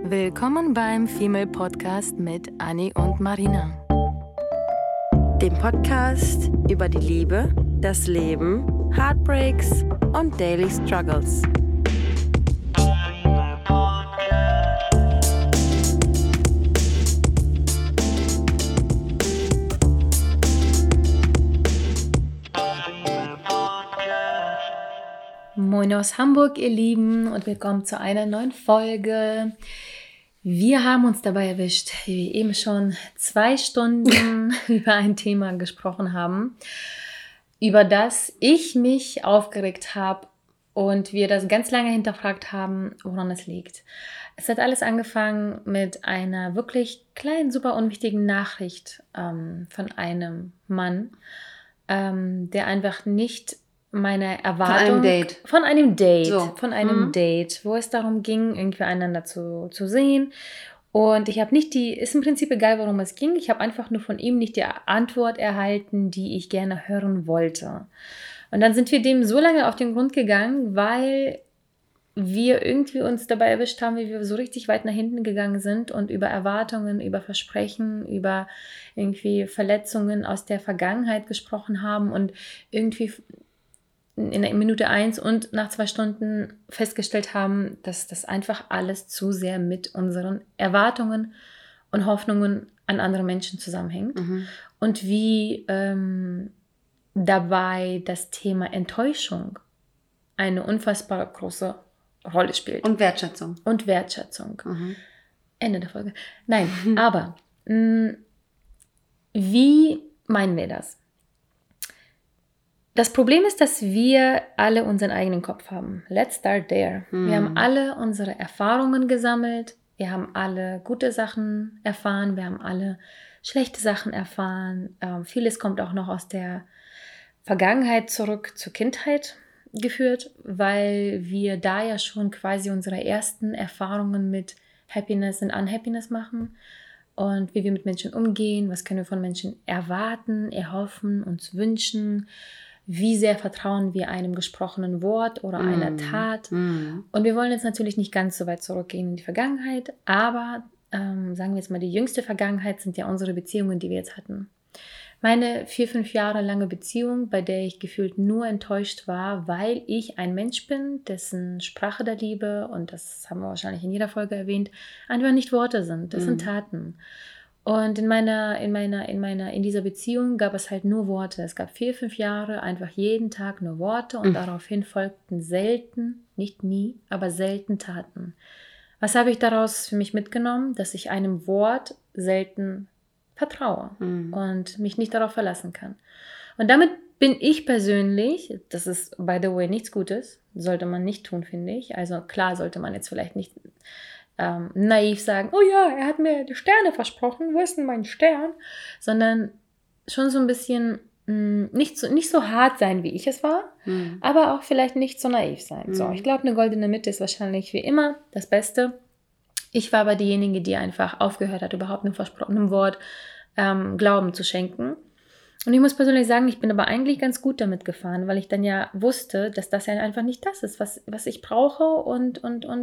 Willkommen beim Female Podcast mit Anni und Marina. Dem Podcast über die Liebe, das Leben, Heartbreaks und Daily Struggles. Moin aus Hamburg, ihr Lieben, und willkommen zu einer neuen Folge. Wir haben uns dabei erwischt, wie wir eben schon 2 Stunden über ein Thema gesprochen haben, über das ich mich aufgeregt habe und wir das ganz lange hinterfragt haben, woran es liegt. Es hat alles angefangen mit einer wirklich kleinen, super unwichtigen Nachricht von einem Mann, der einfach nicht meine Erwartung von einem Date, wo es darum ging, irgendwie einander zu sehen. Und ich habe ist im Prinzip egal, worum es ging. Ich habe einfach nur von ihm nicht die Antwort erhalten, die ich gerne hören wollte. Und dann sind wir dem so lange auf den Grund gegangen, weil wir irgendwie uns dabei erwischt haben, wie wir so richtig weit nach hinten gegangen sind und über Erwartungen, über Versprechen, über irgendwie Verletzungen aus der Vergangenheit gesprochen haben und irgendwie in Minute 1 und nach 2 Stunden festgestellt haben, dass das einfach alles zu sehr mit unseren Erwartungen und Hoffnungen an andere Menschen zusammenhängt. Und wie dabei das Thema Enttäuschung eine unfassbar große Rolle spielt. Und Wertschätzung. Ende der Folge. Nein, aber wie meinen wir das? Das Problem ist, dass wir alle unseren eigenen Kopf haben. Let's start there. Wir haben alle unsere Erfahrungen gesammelt. Wir haben alle gute Sachen erfahren. Wir haben alle schlechte Sachen erfahren. Vieles kommt auch noch aus der Vergangenheit zurück zur Kindheit geführt, weil wir da ja schon quasi unsere ersten Erfahrungen mit Happiness und Unhappiness machen. Und wie wir mit Menschen umgehen, was können wir von Menschen erwarten, erhoffen, uns wünschen. Wie sehr vertrauen wir einem gesprochenen Wort oder einer Tat? Und wir wollen jetzt natürlich nicht ganz so weit zurückgehen in die Vergangenheit, aber sagen wir jetzt mal, die jüngste Vergangenheit sind ja unsere Beziehungen, die wir jetzt hatten. Meine 4-5 Jahre lange Beziehung, bei der ich gefühlt nur enttäuscht war, weil ich ein Mensch bin, dessen Sprache der Liebe, und das haben wir wahrscheinlich in jeder Folge erwähnt, einfach nicht Worte sind, das sind Taten. Und in dieser Beziehung gab es halt nur Worte. Es gab 4-5 Jahre einfach jeden Tag nur Worte und daraufhin folgten selten, nicht nie, aber selten Taten. Was habe ich daraus für mich mitgenommen? Dass ich einem Wort selten vertraue und mich nicht darauf verlassen kann. Und damit bin ich persönlich, das ist by the way nichts Gutes, sollte man nicht tun, finde ich. Also klar sollte man jetzt vielleicht nicht naiv sagen, oh ja, er hat mir die Sterne versprochen, wo ist denn mein Stern? Sondern schon so ein bisschen nicht so hart sein, wie ich es war, aber auch vielleicht nicht so naiv sein. So, ich glaube, eine goldene Mitte ist wahrscheinlich wie immer das Beste. Ich war aber diejenige, die einfach aufgehört hat, überhaupt einem versprochenen Wort Glauben zu schenken. Und ich muss persönlich sagen, ich bin aber eigentlich ganz gut damit gefahren, weil ich dann ja wusste, dass das ja einfach nicht das ist, was ich brauche und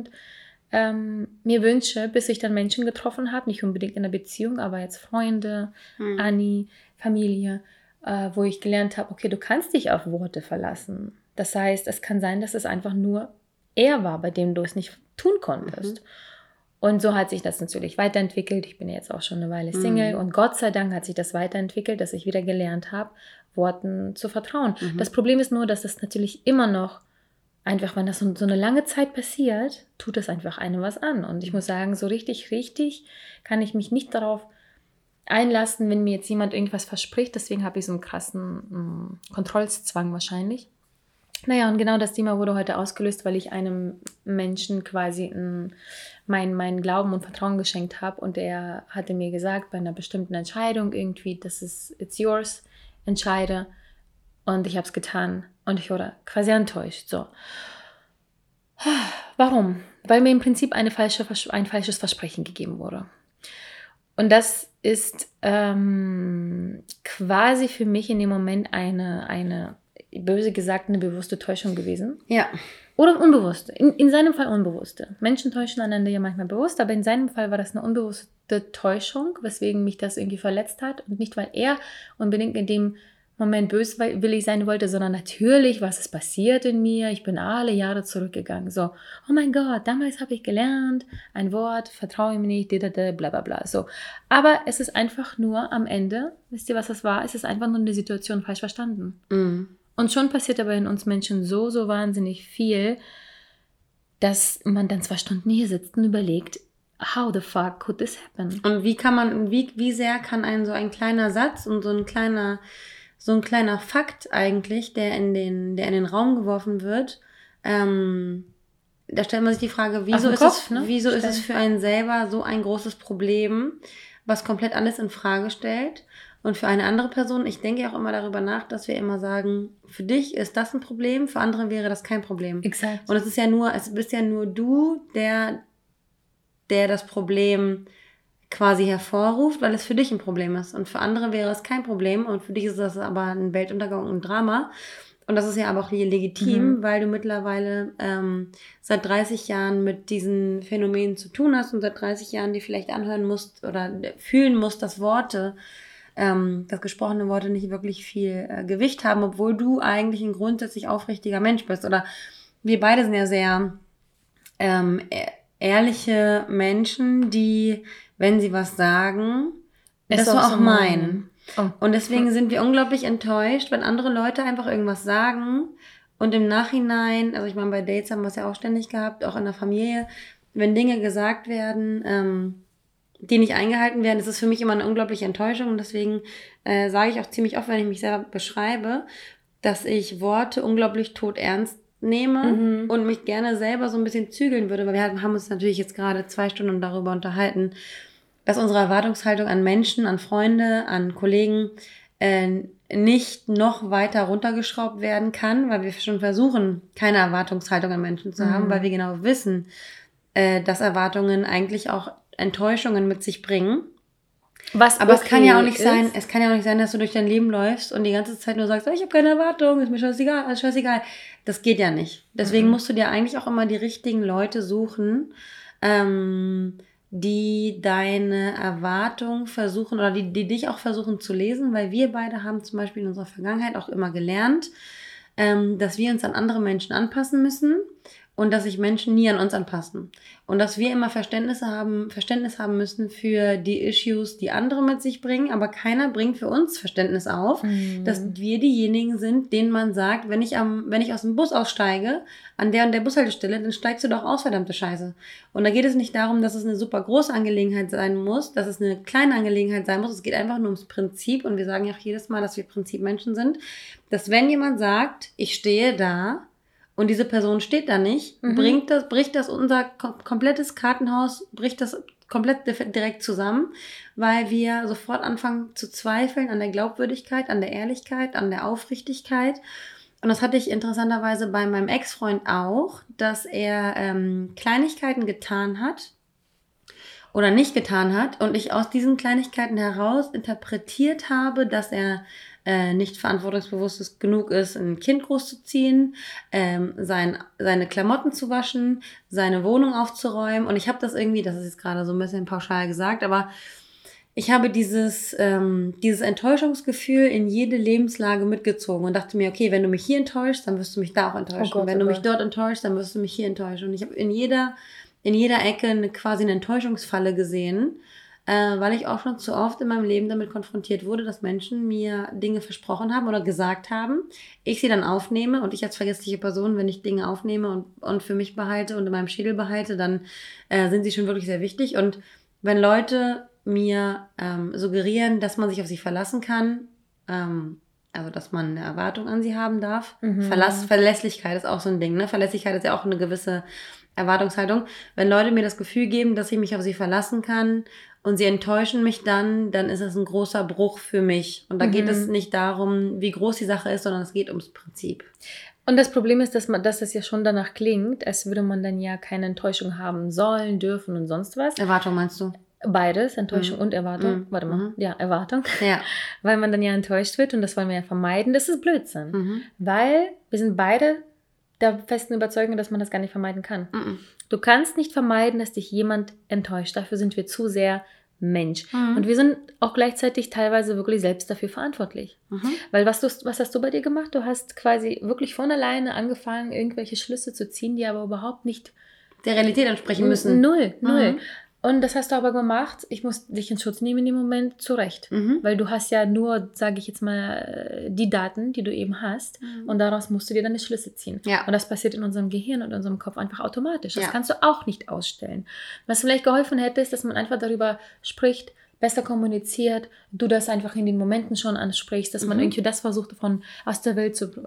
mir wünsche, bis ich dann Menschen getroffen habe, nicht unbedingt in einer Beziehung, aber jetzt Freunde, Anni, Familie, wo ich gelernt habe, okay, du kannst dich auf Worte verlassen. Das heißt, es kann sein, dass es einfach nur er war, bei dem du es nicht tun konntest. Und so hat sich das natürlich weiterentwickelt. Ich bin jetzt auch schon eine Weile Single und Gott sei Dank hat sich das weiterentwickelt, dass ich wieder gelernt habe, Worten zu vertrauen. Das Problem ist nur, dass das natürlich immer noch einfach, wenn das so eine lange Zeit passiert, tut es einfach einem was an. Und ich muss sagen, so richtig kann ich mich nicht darauf einlassen, wenn mir jetzt jemand irgendwas verspricht. Deswegen habe ich so einen krassen Kontrollzwang wahrscheinlich. Naja, und genau das Thema wurde heute ausgelöst, weil ich einem Menschen quasi mein Glauben und Vertrauen geschenkt habe. Und er hatte mir gesagt, bei einer bestimmten Entscheidung irgendwie, das ist it's yours, entscheide. Und ich habe es getan und ich wurde quasi enttäuscht. So. Warum? Weil mir im Prinzip ein falsches Versprechen gegeben wurde. Und das ist quasi für mich in dem Moment eine böse gesagt, eine bewusste Täuschung gewesen. Ja. Oder unbewusste. In seinem Fall unbewusste. Menschen täuschen einander ja manchmal bewusst, aber in seinem Fall war das eine unbewusste Täuschung, weswegen mich das irgendwie verletzt hat. Und nicht, weil er unbedingt in dem Moment böswillig sein wollte, sondern natürlich, was ist passiert in mir? Ich bin alle Jahre zurückgegangen. So, oh mein Gott, damals habe ich gelernt, ein Wort, vertraue mir nicht, bla bla bla. So. Aber es ist einfach nur am Ende, wisst ihr, was das war? Es ist einfach nur eine Situation falsch verstanden. Mhm. Und schon passiert aber in uns Menschen so wahnsinnig viel, dass man dann 2 Stunden hier sitzt und überlegt, how the fuck could this happen? Und wie sehr kann so ein kleiner Satz und so ein kleiner Fakt eigentlich, der in den Raum geworfen wird, da stellt man sich die Frage, wieso ist es für einen selber so ein großes Problem, was komplett alles in Frage stellt? Und für eine andere Person, ich denke auch immer darüber nach, dass wir immer sagen, für dich ist das ein Problem, für andere wäre das kein Problem. Exakt. Und es bist ja nur du, der das Problem quasi hervorruft, weil es für dich ein Problem ist. Und für andere wäre es kein Problem und für dich ist das aber ein Weltuntergang und ein Drama. Und das ist ja aber auch legitim, weil du mittlerweile seit 30 Jahren mit diesen Phänomenen zu tun hast und seit 30 Jahren dir vielleicht anhören musst oder fühlen musst, dass gesprochene Worte nicht wirklich viel Gewicht haben, obwohl du eigentlich ein grundsätzlich aufrichtiger Mensch bist. Oder wir beide sind ja sehr ehrliche Menschen, die, wenn sie was sagen, das auch meinen. Oh. Und deswegen sind wir unglaublich enttäuscht, wenn andere Leute einfach irgendwas sagen und im Nachhinein, also ich meine, bei Dates haben wir es ja auch ständig gehabt, auch in der Familie, wenn Dinge gesagt werden, die nicht eingehalten werden, ist es für mich immer eine unglaubliche Enttäuschung und deswegen sage ich auch ziemlich oft, wenn ich mich selber beschreibe, dass ich Worte unglaublich todernst nehme und mich gerne selber so ein bisschen zügeln würde, weil wir haben uns natürlich jetzt gerade 2 Stunden darüber unterhalten, dass unsere Erwartungshaltung an Menschen, an Freunde, an Kollegen nicht noch weiter runtergeschraubt werden kann, weil wir schon versuchen, keine Erwartungshaltung an Menschen zu haben, weil wir genau wissen, dass Erwartungen eigentlich auch Enttäuschungen mit sich bringen. Aber es kann ja auch nicht sein, dass du durch dein Leben läufst und die ganze Zeit nur sagst, ich habe keine Erwartung, ist mir scheißegal, alles scheißegal. Das geht ja nicht. Deswegen musst du dir eigentlich auch immer die richtigen Leute suchen, die deine Erwartung versuchen oder die dich auch versuchen zu lesen, weil wir beide haben zum Beispiel in unserer Vergangenheit auch immer gelernt, dass wir uns an andere Menschen anpassen müssen und dass sich Menschen nie an uns anpassen. Und dass wir immer Verständnis haben müssen für die Issues, die andere mit sich bringen, aber keiner bringt für uns Verständnis auf, dass wir diejenigen sind, denen man sagt, wenn ich aus dem Bus aussteige, an der und der Bushaltestelle, dann steigst du doch aus, verdammte Scheiße. Und da geht es nicht darum, dass es eine super große Angelegenheit sein muss, dass es eine kleine Angelegenheit sein muss. Es geht einfach nur ums Prinzip und wir sagen ja auch jedes Mal, dass wir Prinzipmenschen sind, dass wenn jemand sagt, ich stehe da, und diese Person steht da nicht, bricht das unser komplettes Kartenhaus, bricht das komplett direkt zusammen, weil wir sofort anfangen zu zweifeln an der Glaubwürdigkeit, an der Ehrlichkeit, an der Aufrichtigkeit. Und das hatte ich interessanterweise bei meinem Ex-Freund auch, dass er Kleinigkeiten getan hat oder nicht getan hat und ich aus diesen Kleinigkeiten heraus interpretiert habe, dass er nicht verantwortungsbewusst genug ist, ein Kind großzuziehen, seine Klamotten zu waschen, seine Wohnung aufzuräumen. Und ich habe das irgendwie, das ist jetzt gerade so ein bisschen pauschal gesagt, aber ich habe dieses Enttäuschungsgefühl in jede Lebenslage mitgezogen und dachte mir, okay, wenn du mich hier enttäuschst, dann wirst du mich da auch enttäuschen. Oh Gott, wenn du mich dort enttäuschst, dann wirst du mich hier enttäuschen. Und ich habe in jeder Ecke quasi eine Enttäuschungsfalle gesehen, weil ich auch schon zu oft in meinem Leben damit konfrontiert wurde, dass Menschen mir Dinge versprochen haben oder gesagt haben, ich sie dann aufnehme und ich als vergessliche Person, wenn ich Dinge aufnehme und für mich behalte und in meinem Schädel behalte, dann sind sie schon wirklich sehr wichtig. Und wenn Leute mir suggerieren, dass man sich auf sie verlassen kann, also dass man eine Erwartung an sie haben darf, Verlässlichkeit ist auch so ein Ding, ne? Verlässlichkeit ist ja auch eine gewisse Erwartungshaltung. Wenn Leute mir das Gefühl geben, dass ich mich auf sie verlassen kann und sie enttäuschen mich dann ist es ein großer Bruch für mich. Und da geht es nicht darum, wie groß die Sache ist, sondern es geht ums Prinzip. Und das Problem ist, dass es ja schon danach klingt, als würde man dann ja keine Enttäuschung haben sollen, dürfen und sonst was. Erwartung meinst du? Beides, Enttäuschung und Erwartung. Warte mal, Erwartung. Ja. Weil man dann ja enttäuscht wird und das wollen wir ja vermeiden. Das ist Blödsinn. Weil wir sind beide der festen Überzeugung, dass man das gar nicht vermeiden kann. Du kannst nicht vermeiden, dass dich jemand enttäuscht. Dafür sind wir zu sehr Mensch. Und wir sind auch gleichzeitig teilweise wirklich selbst dafür verantwortlich. Weil was hast du bei dir gemacht? Du hast quasi wirklich von alleine angefangen, irgendwelche Schlüsse zu ziehen, die aber überhaupt nicht der Realität entsprechen müssen. Null. Und das hast du aber gemacht, ich muss dich in Schutz nehmen in dem Moment, zurecht. Weil du hast ja nur, sage ich jetzt mal, die Daten, die du eben hast. Und daraus musst du dir dann die Schlüsse ziehen. Ja. Und das passiert in unserem Gehirn und in unserem Kopf einfach automatisch. Das kannst du auch nicht ausstellen. Was vielleicht geholfen hätte, ist, dass man einfach darüber spricht, besser kommuniziert, du das einfach in den Momenten schon ansprichst, dass man irgendwie das versucht, aus der Welt zu,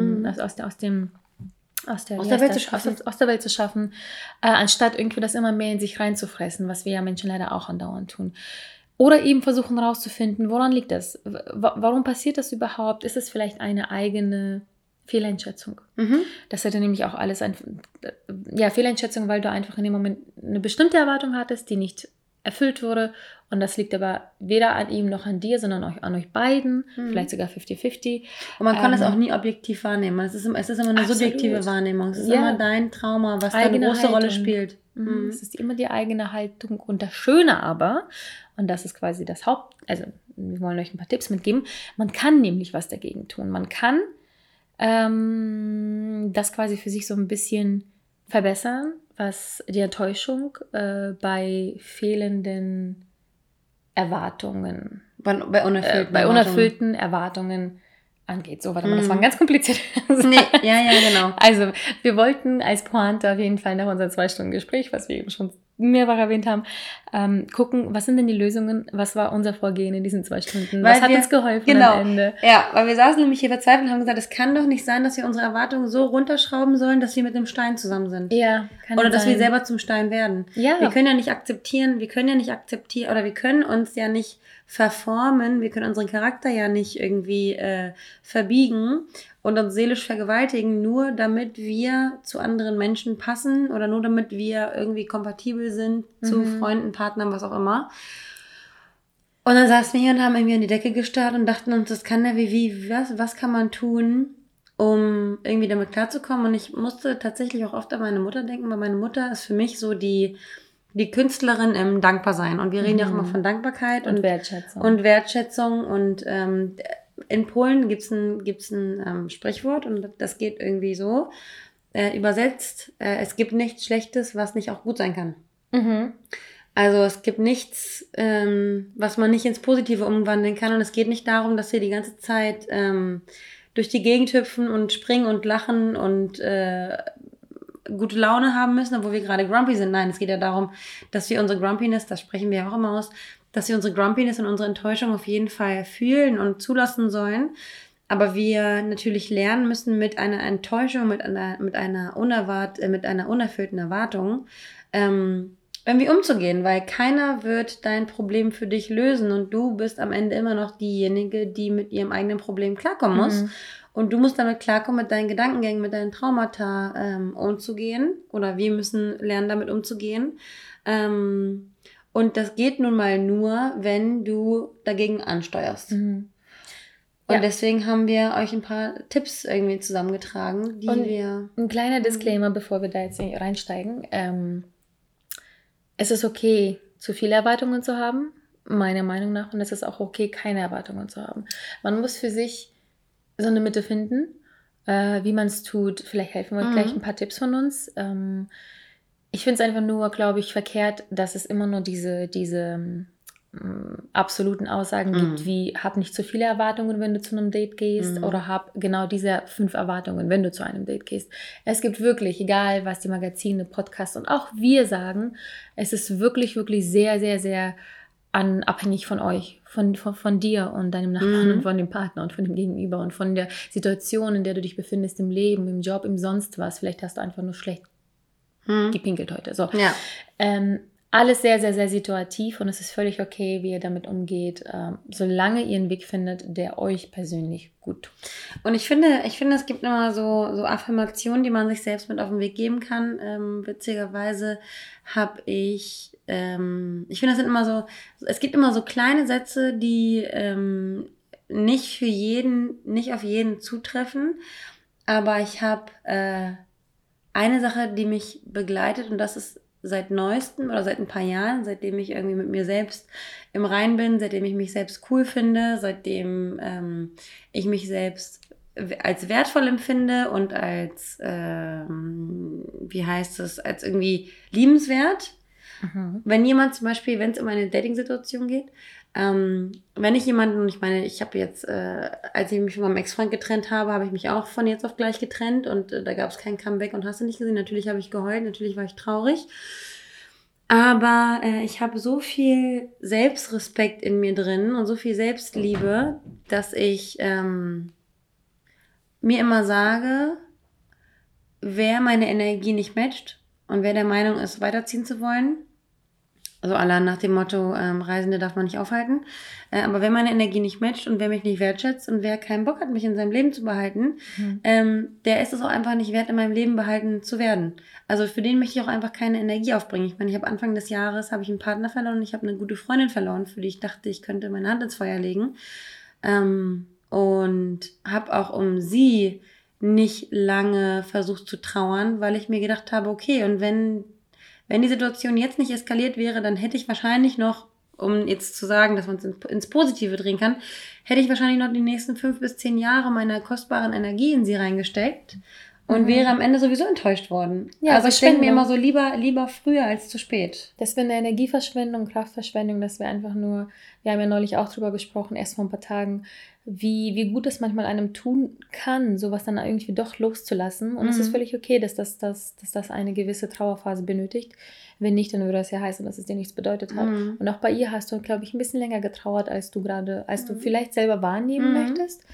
aus der Welt zu schaffen, anstatt irgendwie das immer mehr in sich reinzufressen, was wir ja Menschen leider auch andauernd tun. Oder eben versuchen herauszufinden, woran liegt das? Warum passiert das überhaupt? Ist es vielleicht eine eigene Fehleinschätzung? Das hätte nämlich auch alles Fehleinschätzung, weil du einfach in dem Moment eine bestimmte Erwartung hattest, die nicht erfüllt wurde. Und das liegt aber weder an ihm noch an dir, sondern an euch beiden, vielleicht sogar 50-50. Und man kann das auch nie objektiv wahrnehmen. Es ist immer eine subjektive Wahrnehmung. Es ist immer dein Trauma, was da eine große Rolle spielt. Es ist immer die eigene Haltung. Und das Schöne aber, und das ist quasi das also wir wollen euch ein paar Tipps mitgeben, man kann nämlich was dagegen tun. Man kann das quasi für sich so ein bisschen verbessern, was die Enttäuschung bei fehlenden Erwartungen, bei unerfüllten Erwartungen angeht. So, warte mal, das war ein ganz kompliziert. Nee, genau. Also, wir wollten als Pointe auf jeden Fall nach unserem 2-Stunden-Gespräch, was wir eben schon mehrfach erwähnt haben, gucken, was sind denn die Lösungen, was war unser Vorgehen in diesen 2 Stunden, was hat uns geholfen am Ende. Ja, weil wir saßen nämlich hier verzweifelt und haben gesagt, es kann doch nicht sein, dass wir unsere Erwartungen so runterschrauben sollen, dass wir mit dem Stein zusammen sind. Ja, kann Oder dass sein. Wir selber zum Stein werden. Ja. Wir können uns ja nicht verformen, wir können unseren Charakter ja nicht irgendwie verbiegen und uns seelisch vergewaltigen, nur damit wir zu anderen Menschen passen oder nur damit wir irgendwie kompatibel sind zu Freunden, Partnern, was auch immer. Und dann saßen wir hier und haben irgendwie an die Decke gestarrt und dachten uns, das kann ja was kann man tun, um irgendwie damit klarzukommen. Und ich musste tatsächlich auch oft an meine Mutter denken, weil meine Mutter ist für mich so die Künstlerin im Dankbarsein. Und wir reden ja auch immer von Dankbarkeit und Wertschätzung. Und in Polen gibt's ein Sprichwort und das geht irgendwie so, übersetzt, es gibt nichts Schlechtes, was nicht auch gut sein kann. Also es gibt nichts, was man nicht ins Positive umwandeln kann. Und es geht nicht darum, dass wir die ganze Zeit durch die Gegend hüpfen und springen und lachen und gute Laune haben müssen, obwohl wir gerade grumpy sind. Nein, es geht ja darum, dass wir unsere Grumpiness, das sprechen wir ja auch immer aus, dass wir unsere Grumpiness und unsere Enttäuschung auf jeden Fall fühlen und zulassen sollen. Aber wir natürlich lernen müssen, mit einer Enttäuschung, mit einer unerfüllten Erwartung irgendwie umzugehen, weil keiner wird dein Problem für dich lösen und du bist am Ende immer noch diejenige, die mit ihrem eigenen Problem klarkommen muss. Und du musst damit klarkommen, mit deinen Gedankengängen, mit deinen Traumata umzugehen. Oder wir müssen lernen, damit umzugehen. Und das geht nun mal nur, wenn du dagegen ansteuerst. Und deswegen haben wir euch ein paar Tipps irgendwie zusammengetragen, die wir... Ein kleiner Disclaimer, bevor wir da jetzt reinsteigen. Es ist okay, zu viele Erwartungen zu haben, meiner Meinung nach. Und es ist auch okay, keine Erwartungen zu haben. Man muss für sich so eine Mitte finden, wie man es tut. Vielleicht helfen euch gleich ein paar Tipps von uns. Ich finde es einfach nur, glaube ich, verkehrt, dass es immer nur diese absoluten Aussagen gibt, wie hab nicht zu viele Erwartungen, wenn du zu einem Date gehst, oder hab genau diese 5 Erwartungen, wenn du zu einem Date gehst. Es gibt wirklich, egal was die Magazine, Podcasts und auch wir sagen, es ist wirklich, wirklich sehr, sehr, sehr abhängig von euch, von dir und deinem Nachbarn und von dem Partner und von dem Gegenüber und von der Situation, in der du dich befindest, im Leben, im Job, im sonst was. Vielleicht hast du einfach nur schlecht gepinkelt heute. So. Ja. alles sehr, sehr, sehr situativ und es ist völlig okay, wie ihr damit umgeht, solange ihr einen Weg findet, der euch persönlich gut tut. Und ich finde, es gibt immer so Affirmationen, die man sich selbst mit auf den Weg geben kann. Witzigerweise habe ich finde, das sind immer so, es gibt immer so kleine Sätze, die nicht auf jeden zutreffen. Aber ich habe eine Sache, die mich begleitet und das ist seit neuestem oder seit ein paar Jahren, seitdem ich irgendwie mit mir selbst im Reinen bin, seitdem ich mich selbst cool finde, seitdem ich mich selbst als wertvoll empfinde und als, als irgendwie liebenswert. Mhm. Wenn jemand zum Beispiel, wenn es um eine Dating-Situation geht, wenn ich jemanden, und ich meine, ich habe jetzt, als ich mich von meinem Ex-Freund getrennt habe, habe ich mich auch von jetzt auf gleich getrennt und da gab es kein Comeback und hast du nicht gesehen. Natürlich habe ich geheult, natürlich war ich traurig. Aber ich habe so viel Selbstrespekt in mir drin und so viel Selbstliebe, dass ich mir immer sage, wer meine Energie nicht matcht und wer der Meinung ist, weiterziehen zu wollen, also alle nach dem Motto, Reisende darf man nicht aufhalten. Aber wer meine Energie nicht matcht und wer mich nicht wertschätzt und wer keinen Bock hat, mich in seinem Leben zu behalten, der ist es auch einfach nicht wert, in meinem Leben behalten zu werden. Also für den möchte ich auch einfach keine Energie aufbringen. Ich meine, ich habe Anfang des Jahres habe ich einen Partner verloren und ich habe eine gute Freundin verloren, für die ich dachte, ich könnte meine Hand ins Feuer legen. Und habe auch um sie nicht lange versucht zu trauern, weil ich mir gedacht habe, okay, und wenn die Situation jetzt nicht eskaliert wäre, dann hätte ich wahrscheinlich noch, um jetzt zu sagen, dass man es ins Positive drehen kann, hätte ich wahrscheinlich noch die nächsten 5 bis 10 Jahre meiner kostbaren Energie in sie reingesteckt und wäre am Ende sowieso enttäuscht worden. Ja, also ich denke mir immer so, lieber früher als zu spät. Das wäre eine Energieverschwendung, Kraftverschwendung, das wäre einfach nur, wir haben ja neulich auch drüber gesprochen, erst vor ein paar Tagen, wie gut es manchmal einem tun kann, sowas dann irgendwie doch loszulassen. Und es ist völlig okay, dass das eine gewisse Trauerphase benötigt. Wenn nicht, dann würde das ja heißen, dass es dir nichts bedeutet hat. Und auch bei ihr hast du, glaube ich, ein bisschen länger getrauert, als du vielleicht selber wahrnehmen möchtest.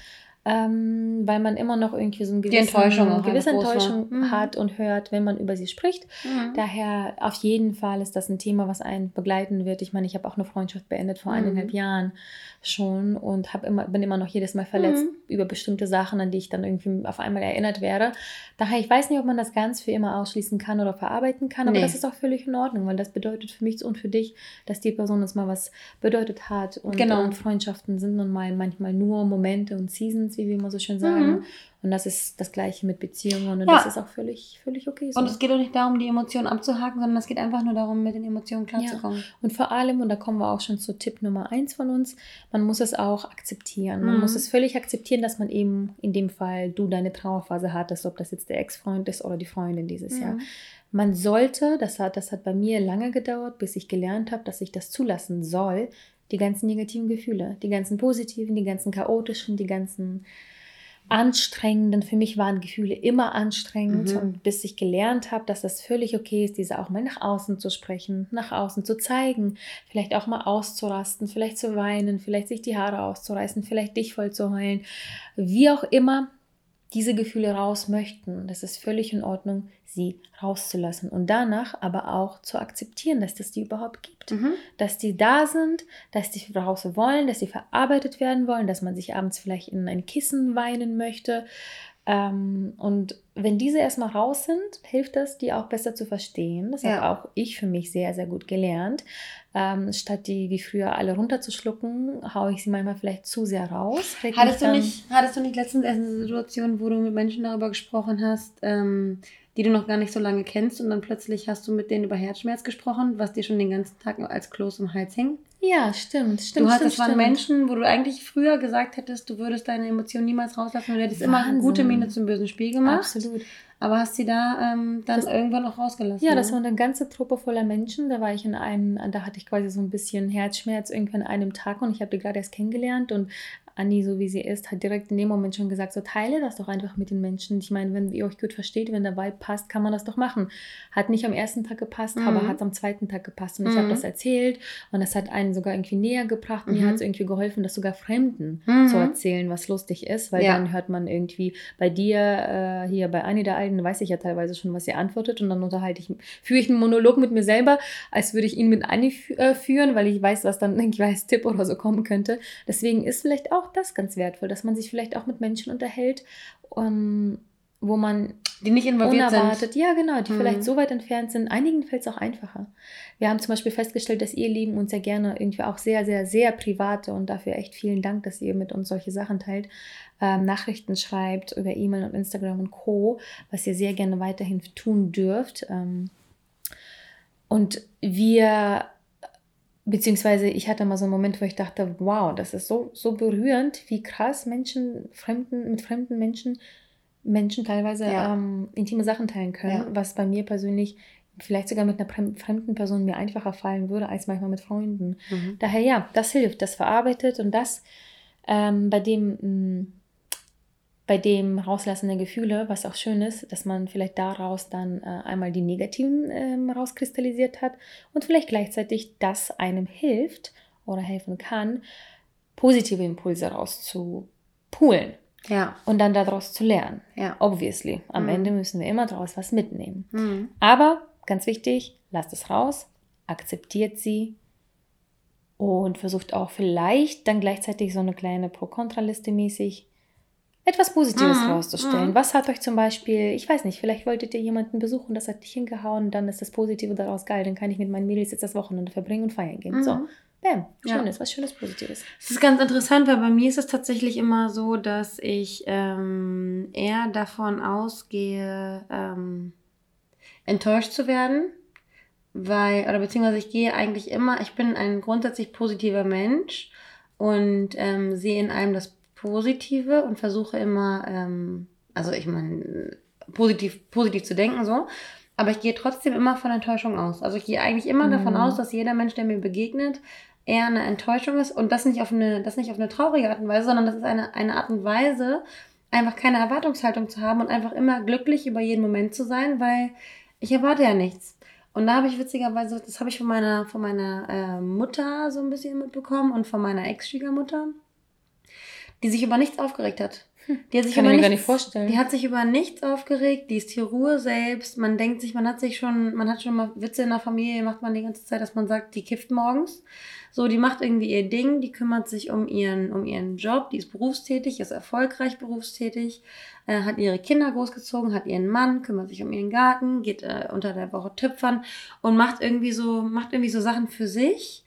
Weil man immer noch irgendwie so eine gewisse Enttäuschung hat und hört, wenn man über sie spricht. Daher auf jeden Fall ist das ein Thema, was einen begleiten wird. Ich meine, ich habe auch eine Freundschaft beendet vor 1,5 Jahren schon und bin immer noch jedes Mal verletzt über bestimmte Sachen, an die ich dann irgendwie auf einmal erinnert werde. Daher, ich weiß nicht, ob man das ganz für immer ausschließen kann oder verarbeiten kann, aber das ist auch völlig in Ordnung, weil das bedeutet für mich und für dich, dass die Person das mal was bedeutet hat. Und Freundschaften sind nun mal manchmal nur Momente und Seasons, wie wir immer so schön sagen. Und das ist das Gleiche mit Beziehungen und das ist auch völlig okay so. Und es geht auch nicht darum, die Emotionen abzuhaken, sondern es geht einfach nur darum, mit den Emotionen klarzukommen. Ja. Und vor allem, und da kommen wir auch schon zu Tipp Nummer 1 von uns, man muss es auch akzeptieren. Man muss es völlig akzeptieren, dass man eben in dem Fall du deine Trauerphase hattest, ob das jetzt der Ex-Freund ist oder die Freundin dieses Jahr. Man sollte, das hat bei mir lange gedauert, bis ich gelernt habe, dass ich das zulassen soll, die ganzen negativen Gefühle, die ganzen positiven, die ganzen chaotischen, die ganzen anstrengenden. Für mich waren Gefühle immer anstrengend und bis ich gelernt habe, dass das völlig okay ist, diese auch mal nach außen zu sprechen, nach außen zu zeigen, vielleicht auch mal auszurasten, vielleicht zu weinen, vielleicht sich die Haare auszureißen, vielleicht dich voll zu heulen, wie auch immer diese Gefühle raus möchten. Das ist völlig in Ordnung, sie rauszulassen und danach aber auch zu akzeptieren, dass es die überhaupt gibt, dass die da sind, dass die raus wollen, dass sie verarbeitet werden wollen, dass man sich abends vielleicht in ein Kissen weinen möchte. Und wenn diese erstmal raus sind, hilft das, die auch besser zu verstehen. Das habe auch ich für mich sehr, sehr gut gelernt. Statt die wie früher alle runterzuschlucken, haue ich sie manchmal vielleicht zu sehr raus. Hattest du nicht letztens erst eine Situation, wo du mit Menschen darüber gesprochen hast, die du noch gar nicht so lange kennst und dann plötzlich hast du mit denen über Herzschmerz gesprochen, was dir schon den ganzen Tag als Kloß im Hals hängt? Ja, stimmt. Das waren Menschen, wo du eigentlich früher gesagt hättest, du würdest deine Emotionen niemals rauslassen und du hättest immer eine gute Miene zum bösen Spiel gemacht. Absolut. Aber hast sie da dann irgendwann auch rausgelassen? Ja, das war eine ganze Truppe voller Menschen. Da war ich da hatte ich quasi so ein bisschen Herzschmerz irgendwann an einem Tag und ich habe die gerade erst kennengelernt und Anni, so wie sie ist, hat direkt in dem Moment schon gesagt, so teile das doch einfach mit den Menschen. Ich meine, wenn ihr euch gut versteht, wenn der Vibe passt, kann man das doch machen. Hat nicht am ersten Tag gepasst, aber hat am zweiten Tag gepasst. Und ich habe das erzählt und das hat einen sogar irgendwie näher gebracht. Mir hat es irgendwie geholfen, das sogar Fremden zu erzählen, was lustig ist, weil dann hört man irgendwie bei dir, hier bei Anni der Alten, weiß ich ja teilweise schon, was sie antwortet und dann führe ich einen Monolog mit mir selber, als würde ich ihn mit Anni führen, weil ich weiß, was dann irgendwie als Tipp oder so kommen könnte. Deswegen ist vielleicht auch das ganz wertvoll, dass man sich vielleicht auch mit Menschen unterhält, wo man die nicht involviert unerwartet, ja genau, die vielleicht so weit entfernt sind. Einigen fällt es auch einfacher. Wir haben zum Beispiel festgestellt, dass ihr Lieben uns ja gerne irgendwie auch sehr, sehr, sehr private und dafür echt vielen Dank, dass ihr mit uns solche Sachen teilt, Nachrichten schreibt über E-Mail und Instagram und Co., was ihr sehr gerne weiterhin tun dürft. Und beziehungsweise ich hatte mal so einen Moment, wo ich dachte, wow, das ist so berührend, wie krass mit fremden Menschen teilweise intime Sachen teilen können, was bei mir persönlich vielleicht sogar mit einer fremden Person mir einfacher fallen würde, als manchmal mit Freunden. Daher das hilft, das verarbeitet und das bei dem Rauslassen der Gefühle, was auch schön ist, dass man vielleicht daraus dann einmal die negativen rauskristallisiert hat und vielleicht gleichzeitig das einem hilft oder helfen kann, positive Impulse rauszupulen. Ja. Und dann daraus zu lernen. Ja. Obviously. Am Ende müssen wir immer daraus was mitnehmen. Aber, ganz wichtig, lasst es raus, akzeptiert sie und versucht auch vielleicht dann gleichzeitig so eine kleine Pro-Kontra-Liste mäßig etwas Positives rauszustellen. Was hat euch zum Beispiel, ich weiß nicht, vielleicht wolltet ihr jemanden besuchen, das hat dich hingehauen, dann ist das Positive daraus geil, dann kann ich mit meinen Mädels jetzt das Wochenende verbringen und feiern gehen. So, bam, Schönes, was Schönes, Positives. Das ist ganz interessant, weil bei mir ist es tatsächlich immer so, dass ich eher davon ausgehe, enttäuscht zu werden, beziehungsweise ich gehe eigentlich immer, ich bin ein grundsätzlich positiver Mensch und sehe in allem das Positive und versuche immer, positiv zu denken, so. Aber ich gehe trotzdem immer von Enttäuschung aus. Also ich gehe eigentlich immer davon aus, dass jeder Mensch, der mir begegnet, eher eine Enttäuschung ist und das nicht auf eine traurige Art und Weise, sondern das ist eine Art und Weise, einfach keine Erwartungshaltung zu haben und einfach immer glücklich über jeden Moment zu sein, weil ich erwarte ja nichts. Und da habe ich witzigerweise, das habe ich von meiner Mutter so ein bisschen mitbekommen und von meiner Ex-Schwiegermutter, die sich über nichts aufgeregt hat. Die hat sich Kann ich mir gar nicht vorstellen. Die hat sich über nichts aufgeregt, die ist die Ruhe selbst. Man denkt sich, man hat schon mal Witze in der Familie, macht man die ganze Zeit, dass man sagt, die kifft morgens. So, die macht irgendwie ihr Ding, die kümmert sich um ihren Job, die ist berufstätig, ist erfolgreich berufstätig, hat ihre Kinder großgezogen, hat ihren Mann, kümmert sich um ihren Garten, geht unter der Woche tüpfern und macht irgendwie so Sachen für sich.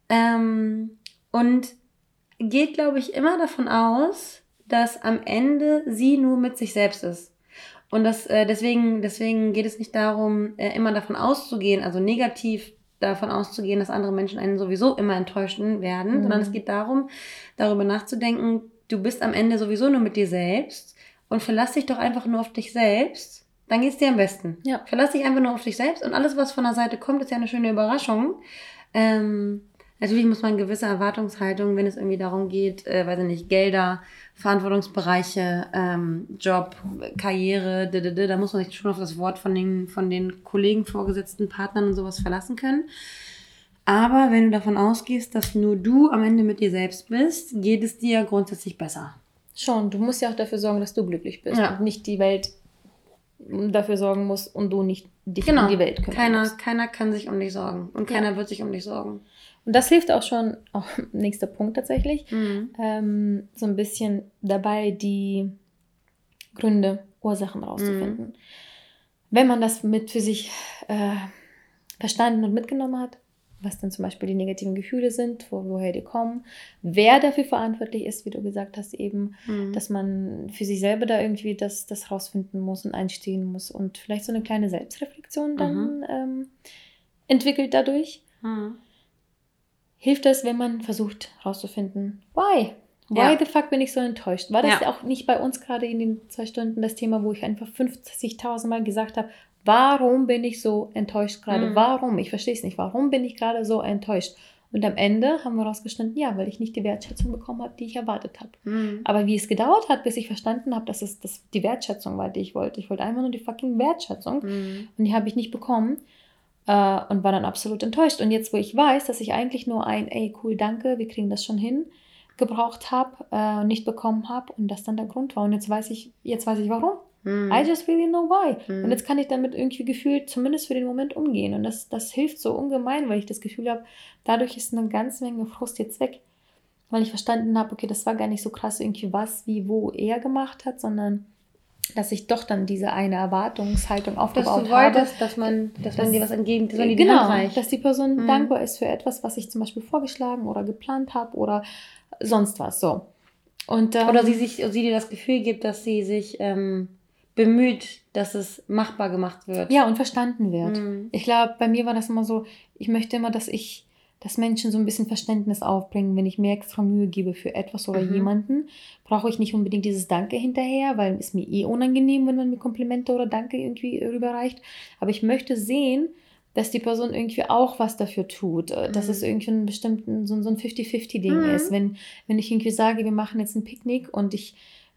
Und geht, glaube ich, immer davon aus, dass am Ende sie nur mit sich selbst ist. Und deswegen geht es nicht darum, immer davon auszugehen, also negativ davon auszugehen, dass andere Menschen einen sowieso immer enttäuschen werden, sondern es geht darum, darüber nachzudenken, du bist am Ende sowieso nur mit dir selbst und verlass dich doch einfach nur auf dich selbst, dann geht es dir am besten. Ja. Verlass dich einfach nur auf dich selbst und alles, was von der Seite kommt, ist ja eine schöne Überraschung. Natürlich muss man gewisse Erwartungshaltung, wenn es irgendwie darum geht, Gelder, Verantwortungsbereiche, Job, Karriere, da muss man sich schon auf das Wort von den Kollegen, Vorgesetzten, Partnern und sowas verlassen können. Aber wenn du davon ausgehst, dass nur du am Ende mit dir selbst bist, geht es dir grundsätzlich besser. Schon, du musst ja auch dafür sorgen, dass du glücklich bist und nicht die Welt dafür sorgen muss und du nicht dich um die Welt kümmern musst. Keiner kann sich um dich sorgen und keiner wird sich um dich sorgen. Und das hilft auch schon, nächster Punkt tatsächlich, so ein bisschen dabei, die Gründe, Ursachen rauszufinden. Wenn man das für sich verstanden und mitgenommen hat, was dann zum Beispiel die negativen Gefühle sind, woher die kommen, wer dafür verantwortlich ist, wie du gesagt hast eben, dass man für sich selber da irgendwie das rausfinden muss und einstehen muss und vielleicht so eine kleine Selbstreflexion dann entwickelt dadurch. Hilft es, wenn man versucht rauszufinden, why the fuck bin ich so enttäuscht? War das auch nicht bei uns gerade in den 2 Stunden das Thema, wo ich einfach 50.000 Mal gesagt habe, warum bin ich so enttäuscht gerade? Warum? Ich verstehe es nicht. Warum bin ich gerade so enttäuscht? Und am Ende haben wir rausgestanden, ja, weil ich nicht die Wertschätzung bekommen habe, die ich erwartet habe. Aber wie es gedauert hat, bis ich verstanden habe, dass es die Wertschätzung war, die ich wollte. Ich wollte einfach nur die fucking Wertschätzung. Und die habe ich nicht bekommen. Und war dann absolut enttäuscht. Und jetzt, wo ich weiß, dass ich eigentlich nur ey, cool, danke, wir kriegen das schon hin, gebraucht habe, nicht bekommen habe und das dann der Grund war. Und jetzt weiß ich warum. I just really know why. Und jetzt kann ich damit irgendwie gefühlt, zumindest für den Moment, umgehen. Und das hilft so ungemein, weil ich das Gefühl habe, dadurch ist eine ganze Menge Frust jetzt weg. Weil ich verstanden habe, okay, das war gar nicht so krass irgendwie was, wie, wo er gemacht hat, sondern dass ich doch dann diese eine Erwartungshaltung aufgebaut habe. Dass man dir was entgegen, dass man die Hand reicht. Dass die Person dankbar ist für etwas, was ich zum Beispiel vorgeschlagen oder geplant habe oder sonst was. So. Und, oder sie dir das Gefühl gibt, dass sie sich bemüht, dass es machbar gemacht wird. Ja, und verstanden wird. Ich glaube, bei mir war das immer so, ich möchte immer, dass Menschen so ein bisschen Verständnis aufbringen, wenn ich mir extra Mühe gebe für etwas oder jemanden, brauche ich nicht unbedingt dieses Danke hinterher, weil es mir unangenehm, wenn man mir Komplimente oder Danke irgendwie rüberreicht. Aber ich möchte sehen, dass die Person irgendwie auch was dafür tut, dass es irgendwie ein bestimmten, so ein 50-50-Ding ist. Wenn ich irgendwie sage, wir machen jetzt ein Picknick und ich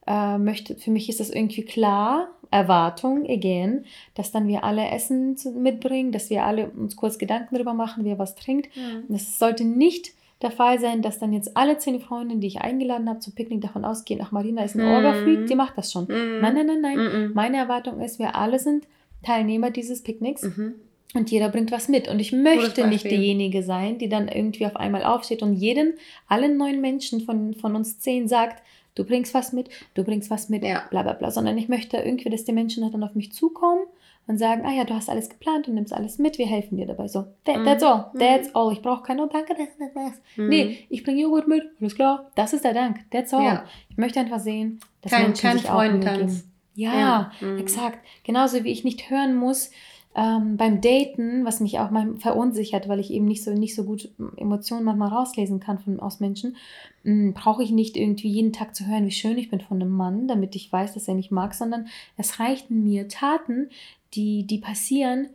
für mich ist das irgendwie klar, Erwartung, again, dass dann wir alle Essen mitbringen, dass wir alle uns kurz Gedanken darüber machen, wer was trinkt. Das sollte nicht der Fall sein, dass dann jetzt alle 10 Freundinnen, die ich eingeladen habe zum Picknick, davon ausgehen, ach, Marina ist ein Orga-Freak, die macht das schon. Nein. Meine Erwartung ist, wir alle sind Teilnehmer dieses Picknicks. Und jeder bringt was mit. Und ich möchte nicht diejenige sein, die dann irgendwie auf einmal aufsteht und allen 9 Menschen von uns 10 sagt, du bringst was mit, bla bla bla. Sondern ich möchte irgendwie, dass die Menschen dann auf mich zukommen und sagen, ah ja, du hast alles geplant, du nimmst alles mit, wir helfen dir dabei. So, that's all. Ich brauche keine, oh, danke, das. Nee, ich bringe Joghurt mit, alles klar, das ist der Dank, that's all. Ja. Ich möchte einfach sehen, dass Menschen sich auch Mühe geben. Ja, exakt. Genauso wie ich nicht hören muss, beim Daten, was mich auch mal verunsichert, weil ich eben nicht so gut Emotionen manchmal rauslesen kann aus Menschen, brauche ich nicht irgendwie jeden Tag zu hören, wie schön ich bin von einem Mann, damit ich weiß, dass er mich mag, sondern es reichten mir Taten, die passieren,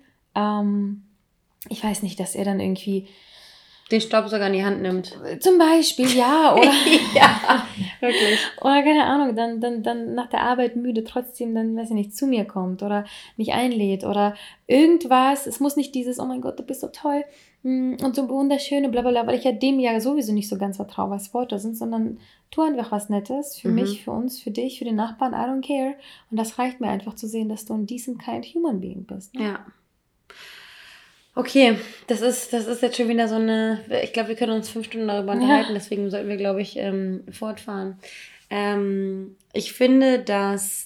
ich weiß nicht, dass er dann irgendwie den Staubsauger in die Hand nimmt. Zum Beispiel, ja. Oder ja, wirklich. Oder keine Ahnung, dann nach der Arbeit müde trotzdem dann, weiß ich nicht, zu mir kommt oder mich einlädt oder irgendwas. Es muss nicht dieses, oh mein Gott, du bist so toll und so wunderschöne, blablabla, weil ich ja dem ja sowieso nicht so ganz vertraue, was Worte sind, sondern tu einfach was Nettes für mich, für uns, für dich, für den Nachbarn, I don't care. Und das reicht mir einfach zu sehen, dass du ein decent, kind human being bist. Ne? Ja. Okay, das ist jetzt schon wieder so ich glaube, wir können uns 5 Stunden darüber unterhalten, deswegen sollten wir, glaube ich, fortfahren. Ich finde, dass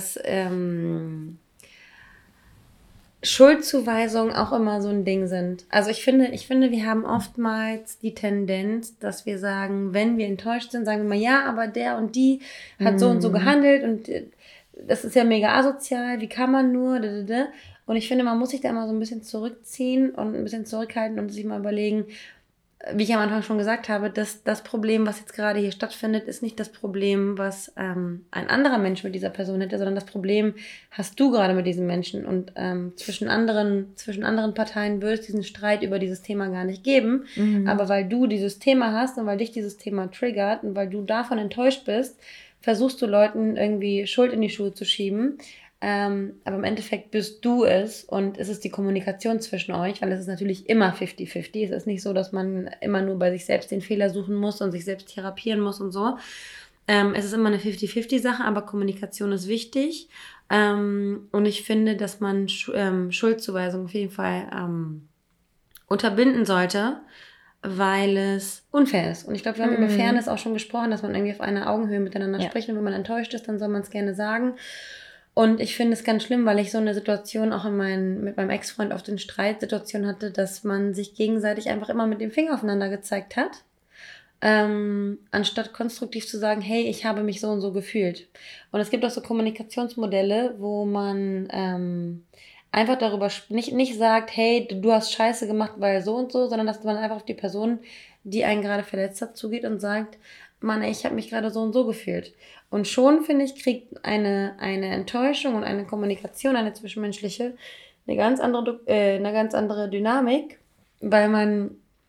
Schuldzuweisungen auch immer so ein Ding sind. Also ich finde, wir haben oftmals die Tendenz, dass wir sagen, wenn wir enttäuscht sind, sagen wir mal, ja, aber der und die hat so und so gehandelt und das ist ja mega asozial, wie kann man nur, Und ich finde, man muss sich da immer so ein bisschen zurückziehen und ein bisschen zurückhalten und sich mal überlegen, wie ich am Anfang schon gesagt habe, dass das Problem, was jetzt gerade hier stattfindet, ist nicht das Problem, was ein anderer Mensch mit dieser Person hätte, sondern das Problem hast du gerade mit diesem Menschen. Und zwischen anderen Parteien würde es diesen Streit über dieses Thema gar nicht geben. Aber weil du dieses Thema hast und weil dich dieses Thema triggert und weil du davon enttäuscht bist, versuchst du Leuten irgendwie Schuld in die Schuhe zu schieben. Aber im Endeffekt bist du es und es ist die Kommunikation zwischen euch, weil es ist natürlich immer 50-50. Es ist nicht so, dass man immer nur bei sich selbst den Fehler suchen muss und sich selbst therapieren muss und so. Es ist immer eine 50-50-Sache, aber Kommunikation ist wichtig. Und ich finde, dass man Schuldzuweisung auf jeden Fall unterbinden sollte, weil es unfair ist. Und ich glaube, wir haben über Fairness auch schon gesprochen, dass man irgendwie auf einer Augenhöhe miteinander spricht. Und wenn man enttäuscht ist, dann soll man es gerne sagen. Und ich finde es ganz schlimm, weil ich so eine Situation auch mit meinem Ex-Freund auf den Streitsituationen hatte, dass man sich gegenseitig einfach immer mit dem Finger aufeinander gezeigt hat, anstatt konstruktiv zu sagen, hey, ich habe mich so und so gefühlt. Und es gibt auch so Kommunikationsmodelle, wo man einfach darüber nicht sagt, hey, du hast Scheiße gemacht, weil so und so, sondern dass man einfach auf die Person, die einen gerade verletzt hat, zugeht und sagt, Mann, ich habe mich gerade so und so gefühlt. Und schon, finde ich, kriegt eine Enttäuschung und eine Kommunikation, eine zwischenmenschliche, eine ganz andere Dynamik, weil man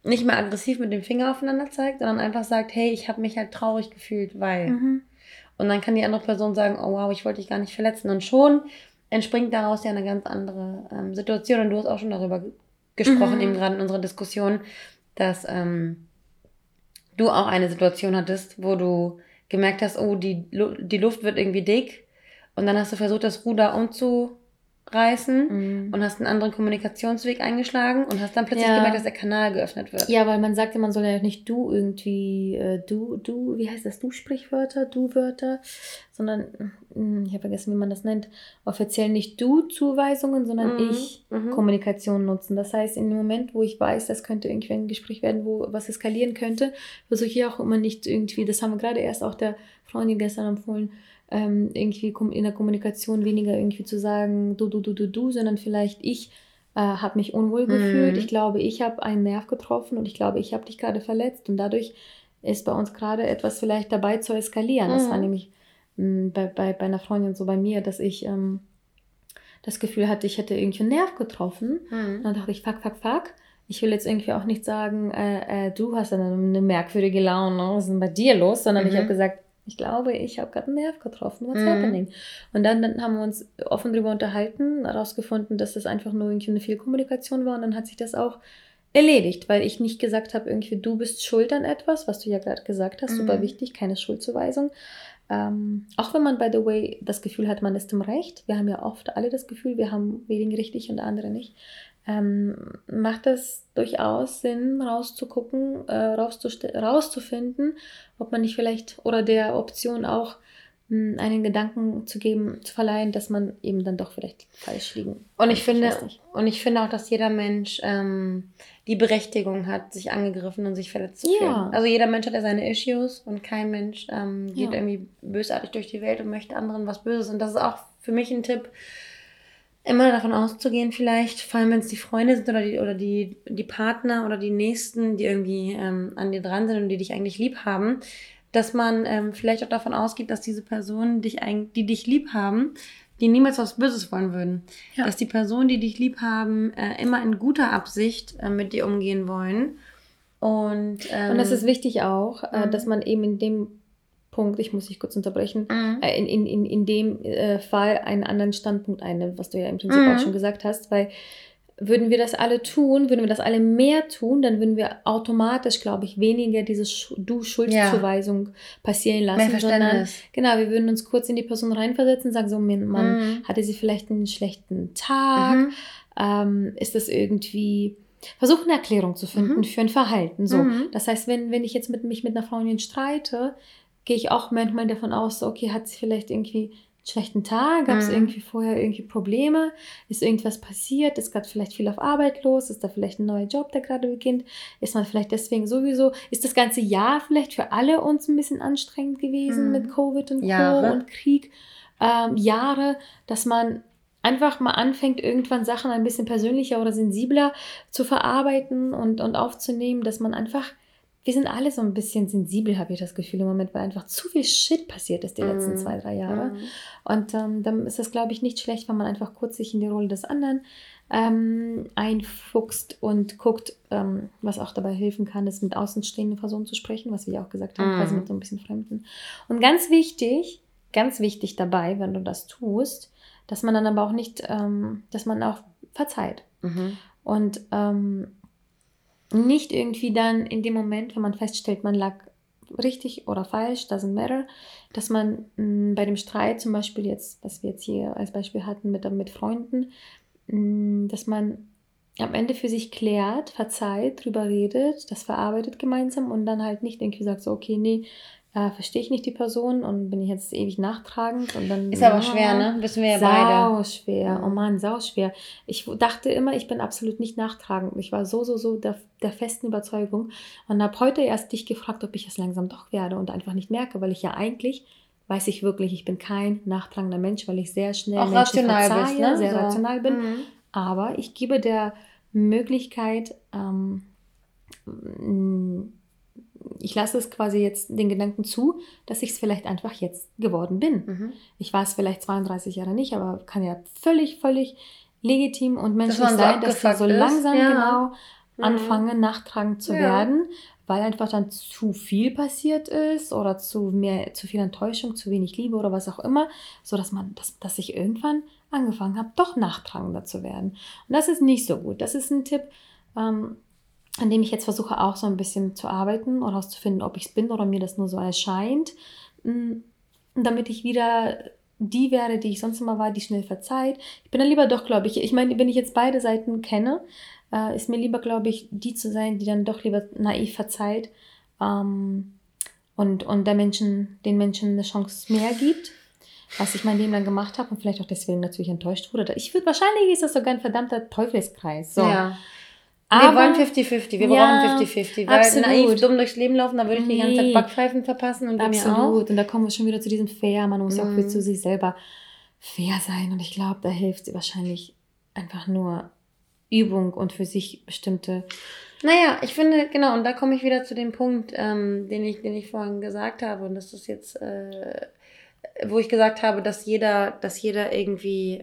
nicht mehr aggressiv mit dem Finger aufeinander zeigt, sondern einfach sagt, hey, ich habe mich halt traurig gefühlt, weil. Und dann kann die andere Person sagen, oh wow, ich wollte dich gar nicht verletzen. Und schon entspringt daraus ja eine ganz andere Situation. Und du hast auch schon darüber gesprochen, eben gerade in unserer Diskussion, dass du auch eine Situation hattest, wo du gemerkt hast, oh, die Luft wird irgendwie dick. Und dann hast du versucht, das Ruder umzureißen und hast einen anderen Kommunikationsweg eingeschlagen und hast dann plötzlich gemerkt, dass der Kanal geöffnet wird. Ja, weil man sagt ja, man soll ja nicht du irgendwie, wie heißt das, Du-Sprichwörter, Du-Wörter, sondern, ich habe vergessen, wie man das nennt, offiziell nicht Du-Zuweisungen, sondern Ich-Kommunikation nutzen. Das heißt, in dem Moment, wo ich weiß, das könnte irgendwie ein Gespräch werden, wo was eskalieren könnte, versuche ich auch immer nicht irgendwie, das haben wir gerade erst auch der Freundin gestern empfohlen, irgendwie in der Kommunikation weniger irgendwie zu sagen, du, sondern vielleicht ich habe mich unwohl gefühlt. Ich glaube, ich habe einen Nerv getroffen und ich glaube, ich habe dich gerade verletzt und dadurch ist bei uns gerade etwas vielleicht dabei zu eskalieren. Das war nämlich bei einer Freundin so bei mir, dass ich das Gefühl hatte, ich hätte irgendwie einen Nerv getroffen. Und dann dachte ich, fuck. Ich will jetzt irgendwie auch nicht sagen, du hast eine merkwürdige Laune, was ist denn bei dir los? Sondern ich habe gesagt, ich glaube, ich habe gerade einen Nerv getroffen. What's happening? Und dann haben wir uns offen darüber unterhalten, herausgefunden, dass das einfach nur irgendwie eine Fehlkommunikation war. Und dann hat sich das auch erledigt, weil ich nicht gesagt habe, irgendwie du bist schuld an etwas, was du ja gerade gesagt hast, super wichtig, keine Schuldzuweisung. Auch wenn man, by the way, das Gefühl hat, man ist im Recht. Wir haben ja oft alle das Gefühl, wir liegen richtig und der andere nicht. Macht es durchaus Sinn, rauszugucken, rauszufinden, ob man nicht vielleicht oder der Option auch einen Gedanken zu verleihen, dass man eben dann doch vielleicht falsch liegen. Und ich finde auch, dass jeder Mensch die Berechtigung hat, sich angegriffen und sich verletzt zu fühlen. Also jeder Mensch hat ja seine Issues und kein Mensch geht irgendwie bösartig durch die Welt und möchte anderen was Böses. Und das ist auch für mich ein Tipp, immer davon auszugehen vielleicht, vor allem wenn es die Freunde sind oder die Partner oder die Nächsten, die irgendwie an dir dran sind und die dich eigentlich lieb haben, dass man vielleicht auch davon ausgeht, dass diese Personen, die dich lieb haben, die niemals was Böses wollen würden. Ja. Dass die Personen, die dich lieb haben, immer in guter Absicht mit dir umgehen wollen. Und das ist wichtig auch, dass man eben in dem Punkt, ich muss dich kurz unterbrechen, in dem Fall einen anderen Standpunkt einnimmt, was du ja im Prinzip auch schon gesagt hast, weil würden wir das alle tun, würden wir das alle mehr tun, dann würden wir automatisch, glaube ich, weniger diese Du-Schuldzuweisung passieren lassen. Mehr Verständnis. Sondern, wir würden uns kurz in die Person reinversetzen und sagen, so, Mann, hatte sie vielleicht einen schlechten Tag? Ist das irgendwie... Versuchen, eine Erklärung zu finden für ein Verhalten. So. Das heißt, wenn ich jetzt mich mit einer Freundin streite, gehe ich auch manchmal davon aus, so, okay, hat sie vielleicht irgendwie einen schlechten Tag? Gab es irgendwie vorher irgendwie Probleme? Ist irgendwas passiert? Ist gerade vielleicht viel auf Arbeit los? Ist da vielleicht ein neuer Job, der gerade beginnt? Ist man vielleicht deswegen sowieso? Ist das ganze Jahr vielleicht für alle uns ein bisschen anstrengend gewesen mit Covid und Co. und Krieg? Jahre, dass man einfach mal anfängt, irgendwann Sachen ein bisschen persönlicher oder sensibler zu verarbeiten und aufzunehmen, dass man einfach, wir sind alle so ein bisschen sensibel, habe ich das Gefühl im Moment, weil einfach zu viel Shit passiert ist die letzten 2-3 Jahre. Und dann ist das, glaube ich, nicht schlecht, wenn man einfach kurz sich in die Rolle des anderen einfuchst und guckt, was auch dabei helfen kann, ist mit außenstehenden Personen zu sprechen, was wir ja auch gesagt haben, quasi mit so ein bisschen Fremden. Und ganz wichtig dabei, wenn du das tust, dass man dann aber auch nicht, dass man auch verzeiht. Und nicht irgendwie dann in dem Moment, wenn man feststellt, man lag richtig oder falsch, doesn't matter, dass man bei dem Streit zum Beispiel jetzt, was wir jetzt hier als Beispiel hatten mit Freunden, dass man am Ende für sich klärt, verzeiht, drüber redet, das verarbeitet gemeinsam und dann halt nicht irgendwie sagt so, okay, nee, verstehe ich nicht die Person und bin ich jetzt ewig nachtragend und dann... Ist aber schwer, ne? Wissen wir ja beide. Sauschwer, oh Mann, sauschwer. Ich dachte immer, ich bin absolut nicht nachtragend. Ich war so der festen Überzeugung und habe heute erst dich gefragt, ob ich es langsam doch werde und einfach nicht merke, weil ich ja eigentlich, weiß ich wirklich, ich bin kein nachtragender Mensch, weil ich sehr schnell auch Menschen rational verzeihe, bist, ne? sehr rational bin. Aber ich gebe der Möglichkeit, ich lasse es quasi jetzt den Gedanken zu, dass ich es vielleicht einfach jetzt geworden bin. Ich war es vielleicht 32 Jahre nicht, aber kann ja völlig legitim und menschlich sein, dass du so langsam anfange, nachtragend zu werden, weil einfach dann zu viel passiert ist oder zu viel Enttäuschung, zu wenig Liebe oder was auch immer, so dass ich irgendwann angefangen habe, doch nachtragender zu werden. Und das ist nicht so gut. Das ist ein Tipp, an dem ich jetzt versuche auch so ein bisschen zu arbeiten oder herauszufinden, ob ich es bin oder mir das nur so erscheint, damit ich wieder die werde, die ich sonst immer war, die schnell verzeiht. Ich bin dann lieber doch, glaube ich meine, wenn ich jetzt beide Seiten kenne, ist mir lieber, glaube ich, die zu sein, die dann doch lieber naiv verzeiht und den Menschen eine Chance mehr gibt, was ich mein Leben lang gemacht habe und vielleicht auch deswegen natürlich enttäuscht wurde. Wahrscheinlich ist das sogar ein verdammter Teufelskreis. So. Ja. Wir wollen 50-50, wir brauchen 50-50, weil absolut. Naiv dumm durchs Leben laufen, da würde ich die ganze Zeit Backpfeifen verpassen und absolut. Mir auch. Und da kommen wir schon wieder zu diesem Fair, man muss auch für zu sich selber fair sein und ich glaube, da hilft wahrscheinlich einfach nur Übung und für sich bestimmte... Naja, ich finde, genau, und da komme ich wieder zu dem Punkt, den ich vorhin gesagt habe und das ist jetzt, wo ich gesagt habe, dass jeder irgendwie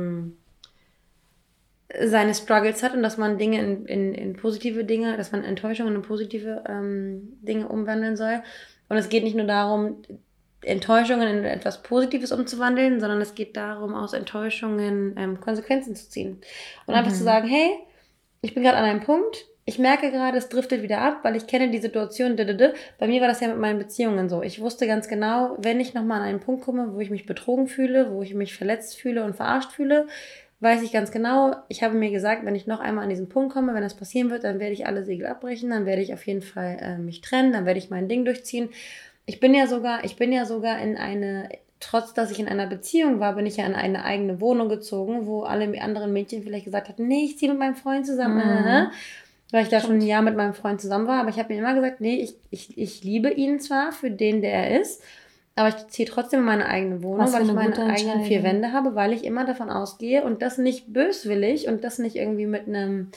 seine Struggles hat und dass man Dinge in positive Dinge, dass man Enttäuschungen in positive Dinge umwandeln soll. Und es geht nicht nur darum, Enttäuschungen in etwas Positives umzuwandeln, sondern es geht darum, aus Enttäuschungen Konsequenzen zu ziehen. Und einfach zu sagen, hey, ich bin gerade an einem Punkt, ich merke gerade, es driftet wieder ab, weil ich kenne die Situation. Bei mir war das ja mit meinen Beziehungen so. Ich wusste ganz genau, wenn ich nochmal an einen Punkt komme, wo ich mich betrogen fühle, wo ich mich verletzt fühle und verarscht fühle, weiß ich ganz genau, ich habe mir gesagt, wenn ich noch einmal an diesen Punkt komme, wenn das passieren wird, dann werde ich alle Segel abbrechen, dann werde ich auf jeden Fall mich trennen, dann werde ich mein Ding durchziehen. Ich bin ja sogar in eine, trotz dass ich in einer Beziehung war, bin ich ja in eine eigene Wohnung gezogen, wo alle anderen Mädchen vielleicht gesagt hatten, nee, ich ziehe mit meinem Freund zusammen, weil ich da schon ein Jahr mit meinem Freund zusammen war, aber ich habe mir immer gesagt, nee, ich liebe ihn zwar für den, der er ist, aber ich ziehe trotzdem in meine eigene Wohnung, weil ich meine eigenen 4 Wände habe, weil ich immer davon ausgehe und das nicht böswillig und das nicht irgendwie mit einem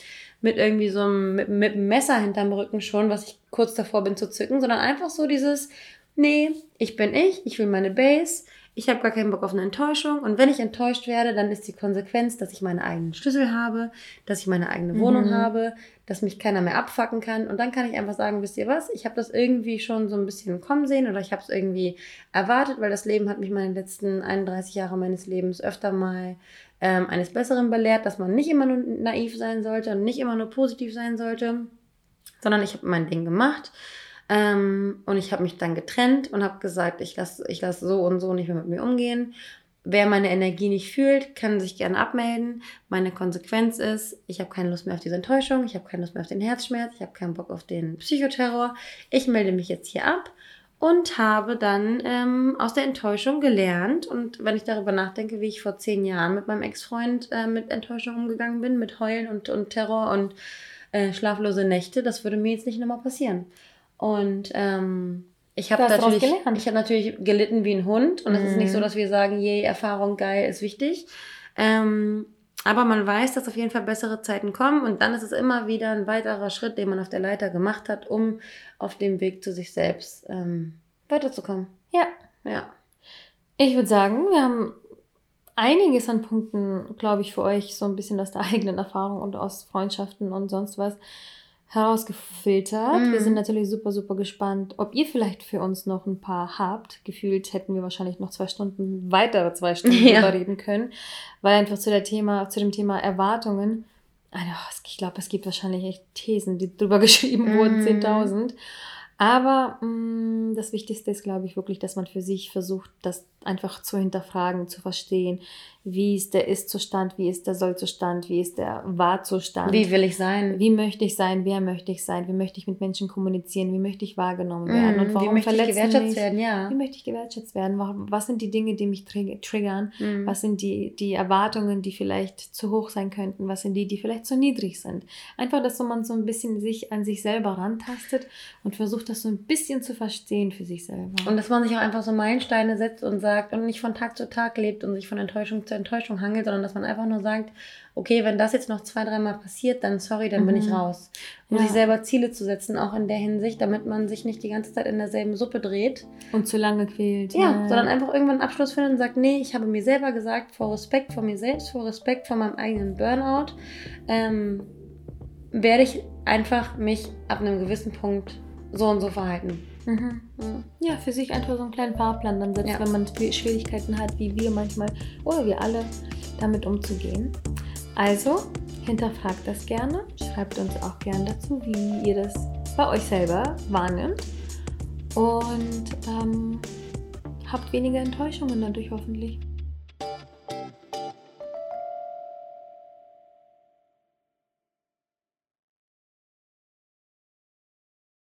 Messer hinterm Rücken schon, was ich kurz davor bin zu zücken, sondern einfach so dieses, nee, ich bin ich will meine Base, ich habe gar keinen Bock auf eine Enttäuschung und wenn ich enttäuscht werde, dann ist die Konsequenz, dass ich meine eigenen Schlüssel habe, dass ich meine eigene Wohnung habe, dass mich keiner mehr abfacken kann und dann kann ich einfach sagen, wisst ihr was, ich habe das irgendwie schon so ein bisschen kommen sehen oder ich habe es irgendwie erwartet, weil das Leben hat mich meine letzten 31 Jahre meines Lebens öfter mal eines Besseren belehrt, dass man nicht immer nur naiv sein sollte und nicht immer nur positiv sein sollte, sondern ich habe mein Ding gemacht. Und ich habe mich dann getrennt und habe gesagt, ich lass so und so nicht mehr mit mir umgehen. Wer meine Energie nicht fühlt, kann sich gerne abmelden. Meine Konsequenz ist, ich habe keine Lust mehr auf diese Enttäuschung, ich habe keine Lust mehr auf den Herzschmerz, ich habe keinen Bock auf den Psychoterror. Ich melde mich jetzt hier ab und habe dann aus der Enttäuschung gelernt. Und wenn ich darüber nachdenke, wie ich vor 10 Jahren mit meinem Ex-Freund mit Enttäuschung umgegangen bin, mit Heulen und Terror und schlaflose Nächte, das würde mir jetzt nicht nochmal passieren. Und ich habe natürlich gelitten wie ein Hund. Und es ist nicht so, dass wir sagen, je Erfahrung geil ist wichtig. Aber man weiß, dass auf jeden Fall bessere Zeiten kommen. Und dann ist es immer wieder ein weiterer Schritt, den man auf der Leiter gemacht hat, um auf dem Weg zu sich selbst weiterzukommen. Ja. Ich würde sagen, wir haben einiges an Punkten, glaube ich, für euch so ein bisschen aus der eigenen Erfahrung und aus Freundschaften und sonst was herausgefiltert. Wir sind natürlich super, super gespannt, ob ihr vielleicht für uns noch ein paar habt. Gefühlt hätten wir wahrscheinlich noch weitere 2 Stunden drüber reden können, weil einfach zu dem Thema Erwartungen, ich glaube, es gibt wahrscheinlich echt Thesen, die drüber geschrieben wurden, 10.000. Aber das Wichtigste ist, glaube ich, wirklich, dass man für sich versucht, das einfach zu hinterfragen, zu verstehen. Wie ist der Ist-Zustand, wie ist der Soll-Zustand, wie ist der Wahr-Zustand. Wie will ich sein? Wie möchte ich sein, wer möchte ich sein, wie möchte ich mit Menschen kommunizieren, wie möchte ich wahrgenommen werden. Und warum wie möchte ich gewertschätzt werden, ja. Wie möchte ich gewertschätzt werden, was sind die Dinge, die mich triggern, was sind die Erwartungen, die vielleicht zu hoch sein könnten, was sind die vielleicht zu niedrig sind. Einfach, dass man so ein bisschen sich an sich selber rantastet und versucht, das so ein bisschen zu verstehen für sich selber. Und dass man sich auch einfach so Meilensteine setzt und sagt und nicht von Tag zu Tag lebt und sich von Enttäuschung zu Enttäuschung hangelt, sondern dass man einfach nur sagt, okay, wenn das jetzt noch 2-3 Mal passiert, dann sorry, dann bin ich raus. Um sich selber Ziele zu setzen, auch in der Hinsicht, damit man sich nicht die ganze Zeit in derselben Suppe dreht. Und zu lange quält. Ja, sondern einfach irgendwann einen Abschluss findet und sagt, nee, ich habe mir selber gesagt, vor Respekt vor mir selbst, vor Respekt vor meinem eigenen Burnout, werde ich einfach mich ab einem gewissen Punkt so und so verhalten. Ja, für sich einfach so einen kleinen Fahrplan dann setzen, wenn man Schwierigkeiten hat, wie wir manchmal oder wir alle, damit umzugehen. Also, hinterfragt das gerne. Schreibt uns auch gerne dazu, wie ihr das bei euch selber wahrnimmt. Und habt weniger Enttäuschungen dadurch hoffentlich.